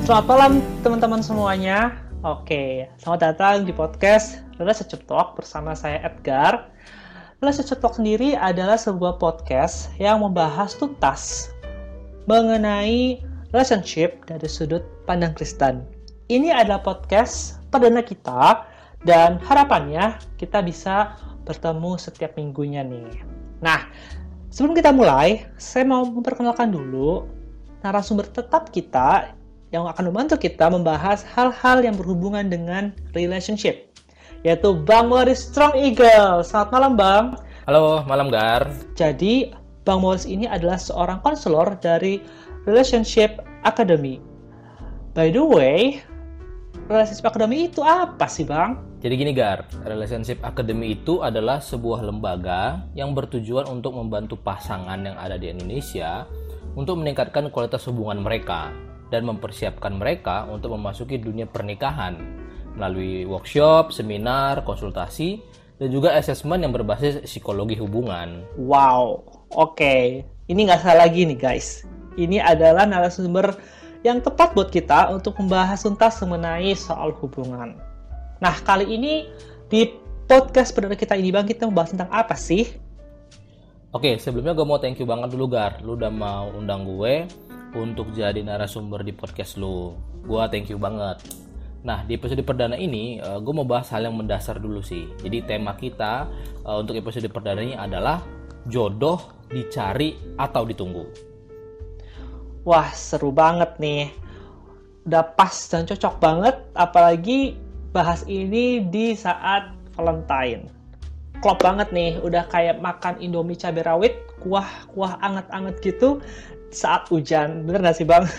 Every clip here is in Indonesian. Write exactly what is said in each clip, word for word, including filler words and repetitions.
Selamat malam teman-teman semuanya. Oke, selamat datang di podcast Relationship Talk bersama saya Edgar. Relationship Talk sendiri adalah sebuah podcast yang membahas tuntas mengenai relationship dari sudut pandang Kristen. Ini adalah podcast perdana kita dan harapannya kita bisa bertemu setiap minggunya nih. Nah, sebelum kita mulai, saya mau memperkenalkan dulu narasumber tetap kita yang akan membantu kita membahas hal-hal yang berhubungan dengan relationship, yaitu Bang Morris Strong Eagle. Selamat malam, Bang. Halo, malam Gar. Jadi, Bang Morris ini adalah seorang konselor dari Relationship Academy. By the way, Relationship Academy itu apa sih, Bang? Jadi gini Gar, Relationship Academy itu adalah sebuah lembaga yang bertujuan untuk membantu pasangan yang ada di Indonesia untuk meningkatkan kualitas hubungan mereka dan mempersiapkan mereka untuk memasuki dunia pernikahan melalui workshop, seminar, konsultasi, dan juga asesmen yang berbasis psikologi hubungan. Wow, oke. Okay. Ini nggak salah lagi nih guys. Ini adalah narasumber yang tepat buat kita untuk membahas tuntas mengenai soal hubungan. Nah, kali ini di podcast perdana kita ini Bang, kita membahas tentang apa sih? Oke, sebelumnya gue mau thank you banget dulu Gar. Lu udah mau undang gue untuk jadi narasumber di podcast lu. Gue thank you banget. Nah, di episode perdana ini uh, gue mau bahas hal yang mendasar dulu sih. Jadi tema kita uh, untuk episode perdana ini adalah jodoh dicari atau ditunggu. Wah, seru banget nih. Udah pas dan cocok banget, apalagi bahas ini di saat Valentine. Klop banget nih, udah kayak makan Indomie cabai rawit, kuah-kuah anget-anget gitu saat hujan. Bener gak sih Bang?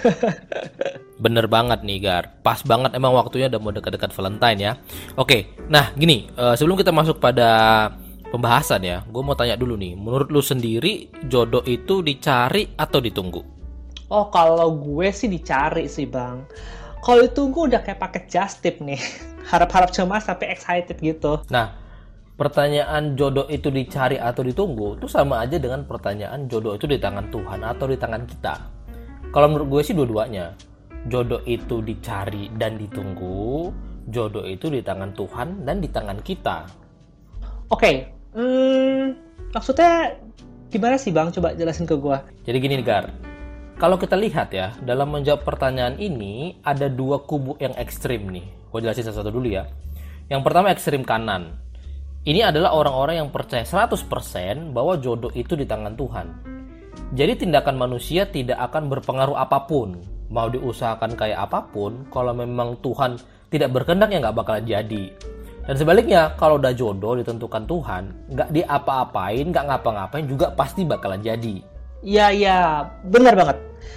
Bener banget nih Gar, pas banget emang waktunya udah mau dekat-dekat Valentine ya. Oke, nah gini, uh, sebelum kita masuk pada pembahasan ya, gue mau tanya dulu nih, menurut lu sendiri jodoh itu dicari atau ditunggu? Oh, kalau gue sih dicari sih Bang. Kalau ditunggu udah kayak paket just tip nih, harap-harap cemas tapi excited gitu. Nah, pertanyaan jodoh itu dicari atau ditunggu itu sama aja dengan pertanyaan jodoh itu di tangan Tuhan atau di tangan kita. Kalau menurut gue sih dua-duanya. Jodoh itu dicari dan ditunggu, jodoh itu di tangan Tuhan dan di tangan kita. Oke, okay. hmm, maksudnya gimana sih Bang? Coba jelasin ke gue. Jadi gini Gar, kalau kita lihat ya, dalam menjawab pertanyaan ini ada dua kubu yang ekstrim nih. Gue jelasin satu-satu dulu ya. Yang pertama ekstrim kanan. Ini adalah orang-orang yang percaya seratus persen bahwa jodoh itu di tangan Tuhan. Jadi tindakan manusia tidak akan berpengaruh apapun. Mau diusahakan kayak apapun, kalau memang Tuhan tidak berkehendak ya nggak bakalan jadi. Dan sebaliknya, kalau udah jodoh ditentukan Tuhan, nggak diapa-apain, nggak ngapa-ngapain juga pasti bakalan jadi. Iya, iya, benar banget.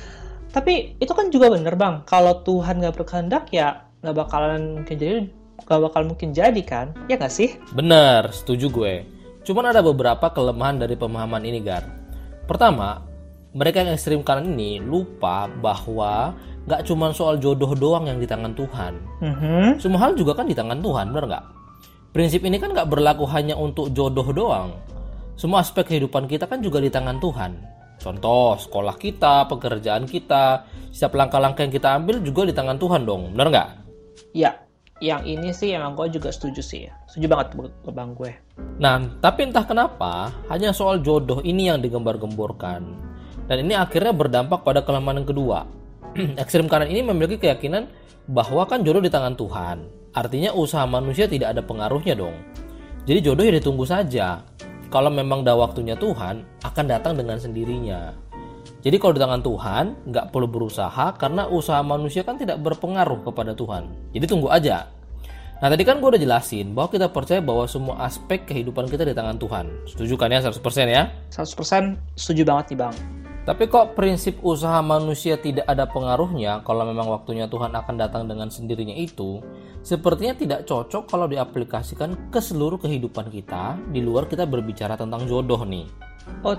Tapi itu kan juga benar Bang, kalau Tuhan nggak berkehendak ya nggak bakalan mungkin jadi. Gak bakal mungkin jadi kan, ya gak sih? Bener, setuju gue. Cuman ada beberapa kelemahan dari pemahaman ini Gar. Pertama, mereka yang ekstrim kanan ini lupa bahwa gak cuma soal jodoh doang yang di tangan Tuhan. Mm-hmm. Semua hal juga kan di tangan Tuhan, bener gak? Prinsip ini kan gak berlaku hanya untuk jodoh doang. Semua aspek kehidupan kita kan juga di tangan Tuhan. Contoh, sekolah kita, pekerjaan kita, setiap langkah-langkah yang kita ambil juga di tangan Tuhan dong, bener gak? Iya. Yang ini sih emang gue juga setuju sih. Setuju banget ke Bang gue. Nah, tapi entah kenapa, hanya soal jodoh ini yang digembar-gemborkan. Dan ini akhirnya berdampak pada kelemahan yang kedua. Ekstrem kanan ini memiliki keyakinan bahwa kan jodoh di tangan Tuhan. Artinya usaha manusia tidak ada pengaruhnya dong. Jadi jodoh ya ditunggu saja. Kalau memang dah waktunya Tuhan, akan datang dengan sendirinya. Jadi kalau di tangan Tuhan, nggak perlu berusaha karena usaha manusia kan tidak berpengaruh kepada Tuhan. Jadi tunggu aja. Nah tadi kan gue udah jelasin bahwa kita percaya bahwa semua aspek kehidupan kita di tangan Tuhan. Setuju kan ya seratus persen ya? seratus persen setuju banget nih Bang. Tapi kok prinsip usaha manusia tidak ada pengaruhnya kalau memang waktunya Tuhan akan datang dengan sendirinya itu, sepertinya tidak cocok kalau diaplikasikan ke seluruh kehidupan kita di luar kita berbicara tentang jodoh nih. Oh,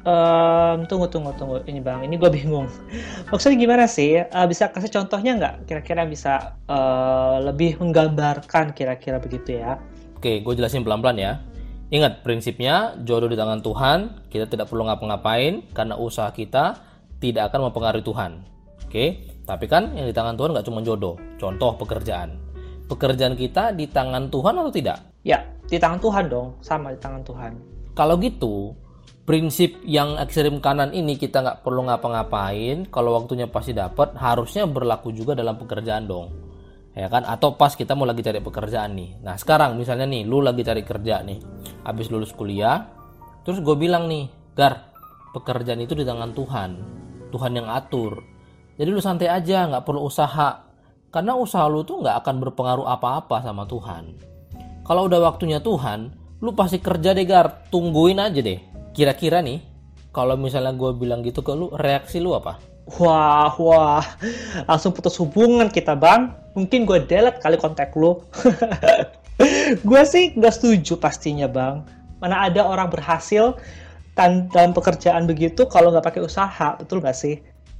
um, tunggu, tunggu, tunggu. Ini Bang, ini gue bingung. Maksudnya gimana sih? Uh, bisa kasih contohnya nggak? Kira-kira bisa uh, lebih menggambarkan kira-kira begitu ya? Oke, gue jelasin pelan-pelan ya. Ingat, prinsipnya jodoh di tangan Tuhan. Kita tidak perlu ngapa-ngapain karena usaha kita tidak akan mempengaruhi Tuhan. Oke, Tapi kan yang di tangan Tuhan nggak cuma jodoh. Contoh pekerjaan. Pekerjaan kita di tangan Tuhan atau tidak? Ya, di tangan Tuhan dong. Sama di tangan Tuhan. Kalau gitu, prinsip yang ekstrem kanan ini kita nggak perlu ngapa-ngapain. Kalau waktunya pasti dapat, harusnya berlaku juga dalam pekerjaan dong. Ya kan? Atau pas kita mau lagi cari pekerjaan nih. Nah sekarang misalnya nih, lu lagi cari kerja nih. Habis lulus kuliah, terus gue bilang nih, Gar, pekerjaan itu di tangan Tuhan. Tuhan yang atur. Jadi lu santai aja, gak perlu usaha. Karena usaha lu tuh gak akan berpengaruh apa-apa sama Tuhan. Kalau udah waktunya Tuhan, lu pasti kerja deh Gar. Tungguin aja deh. Kira-kira nih, kalau misalnya gue bilang gitu ke lu, reaksi lu apa? Wah, wah. Langsung putus hubungan kita, Bang. Mungkin gue delete kali kontak lu. Gue sih gak setuju pastinya, Bang. Mana ada orang berhasil dalam pekerjaan begitu kalau gak pakai usaha. Betul gak sih?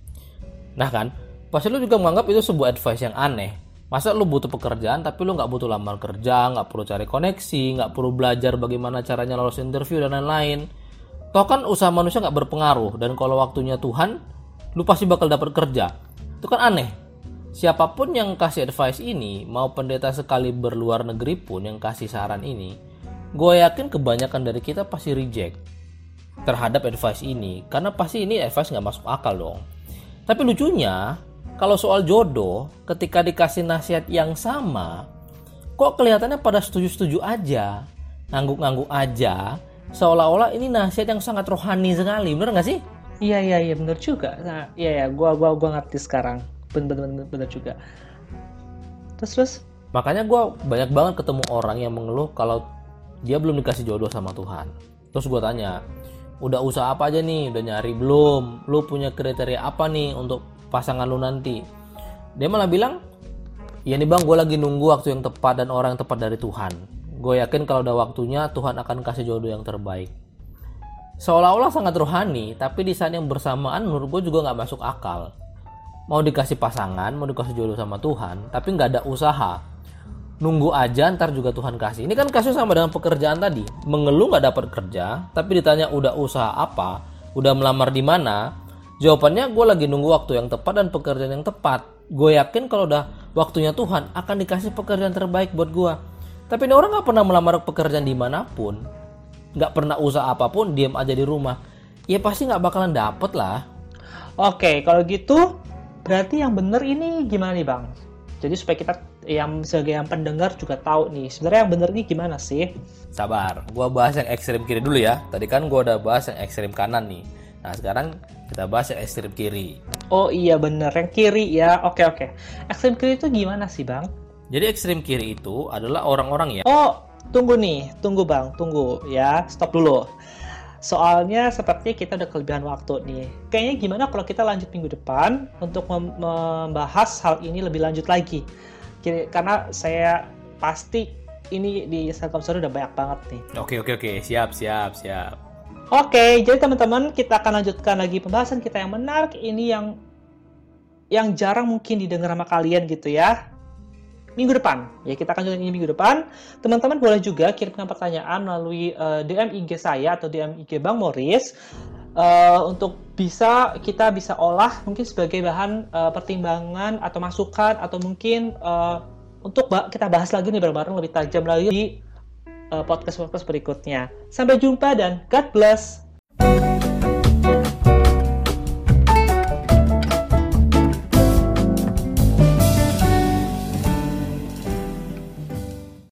Nah kan, pasti lu juga menganggap itu sebuah advice yang aneh. Masa lu butuh pekerjaan tapi lu gak butuh lamar kerja, gak perlu cari koneksi, gak perlu belajar bagaimana caranya lolos interview dan lain-lain. Toh kan usaha manusia gak berpengaruh, dan kalau waktunya Tuhan, lu pasti bakal dapat kerja. Itu kan aneh. Siapapun yang kasih advice ini, mau pendeta sekali berluar negeri pun yang kasih saran ini, gue yakin kebanyakan dari kita pasti reject terhadap advice ini, karena pasti ini advice gak masuk akal dong. Tapi lucunya, kalau soal jodoh, ketika dikasih nasihat yang sama, kok kelihatannya pada setuju-setuju aja, ngangguk-ngangguk aja, seolah-olah ini nasihat yang sangat rohani sekali, bener nggak sih? Iya iya iya bener juga. Nah, iya ya, gua gua gua ngerti sekarang, bener bener bener juga. Terus terus? Makanya gua banyak banget ketemu orang yang mengeluh kalau dia belum dikasih jodoh sama Tuhan. Terus gua tanya, udah usaha apa aja nih, udah nyari belum, lu punya kriteria apa nih untuk pasangan lu nanti? Dia malah bilang, ya nih bang, gue lagi nunggu waktu yang tepat dan orang yang tepat dari Tuhan. Gue yakin kalau udah waktunya Tuhan akan kasih jodoh yang terbaik. Seolah-olah sangat rohani, tapi di saat yang bersamaan menurut gue juga gak masuk akal. Mau dikasih pasangan, mau dikasih jodoh sama Tuhan, tapi gak ada usaha. Nunggu aja ntar juga Tuhan kasih. Ini kan kasus sama dengan pekerjaan tadi. Mengeluh gak dapat kerja, tapi ditanya udah usaha apa, udah melamar di mana, jawabannya gue lagi nunggu waktu yang tepat dan pekerjaan yang tepat. Gue yakin kalau udah waktunya Tuhan akan dikasih pekerjaan terbaik buat gue. Tapi ini orang gak pernah melamar pekerjaan dimanapun, gak pernah usaha apapun, diam aja di rumah. Ya pasti gak bakalan dapet lah. Oke, kalau gitu berarti yang bener ini gimana nih bang? Jadi supaya kita yang sebagai yang pendengar juga tahu nih, sebenarnya yang bener ini gimana sih? Sabar, gue bahas yang ekstrem kiri dulu ya. Tadi kan gue udah bahas yang ekstrem kanan nih. Nah sekarang kita bahas yang ekstrem kiri. Oh iya bener, yang kiri ya. Oke oke. Ekstrem kiri itu gimana sih bang? Jadi ekstrem kiri itu adalah orang-orang ya. Oh tunggu nih, tunggu bang, tunggu ya, stop dulu. Soalnya sepertinya kita udah kelebihan waktu nih. Kayaknya gimana kalau kita lanjut minggu depan untuk mem- membahas hal ini lebih lanjut lagi. Karena saya pasti ini di Instagram Story udah banyak banget nih. Oke oke oke, siap siap siap. Oke, jadi teman-teman kita akan lanjutkan lagi pembahasan kita yang menarik ini yang yang jarang mungkin didengar sama kalian gitu ya. Minggu depan, ya kita akan lanjutkan ini minggu depan. Teman-teman boleh juga kirimkan pertanyaan melalui uh, D M I G saya atau D M I G Bang Morris uh, untuk bisa kita bisa olah mungkin sebagai bahan uh, pertimbangan atau masukan atau mungkin uh, untuk ba- kita bahas lagi nih bareng-bareng lebih tajam lagi di uh, podcast-podcast berikutnya. Sampai jumpa dan God bless.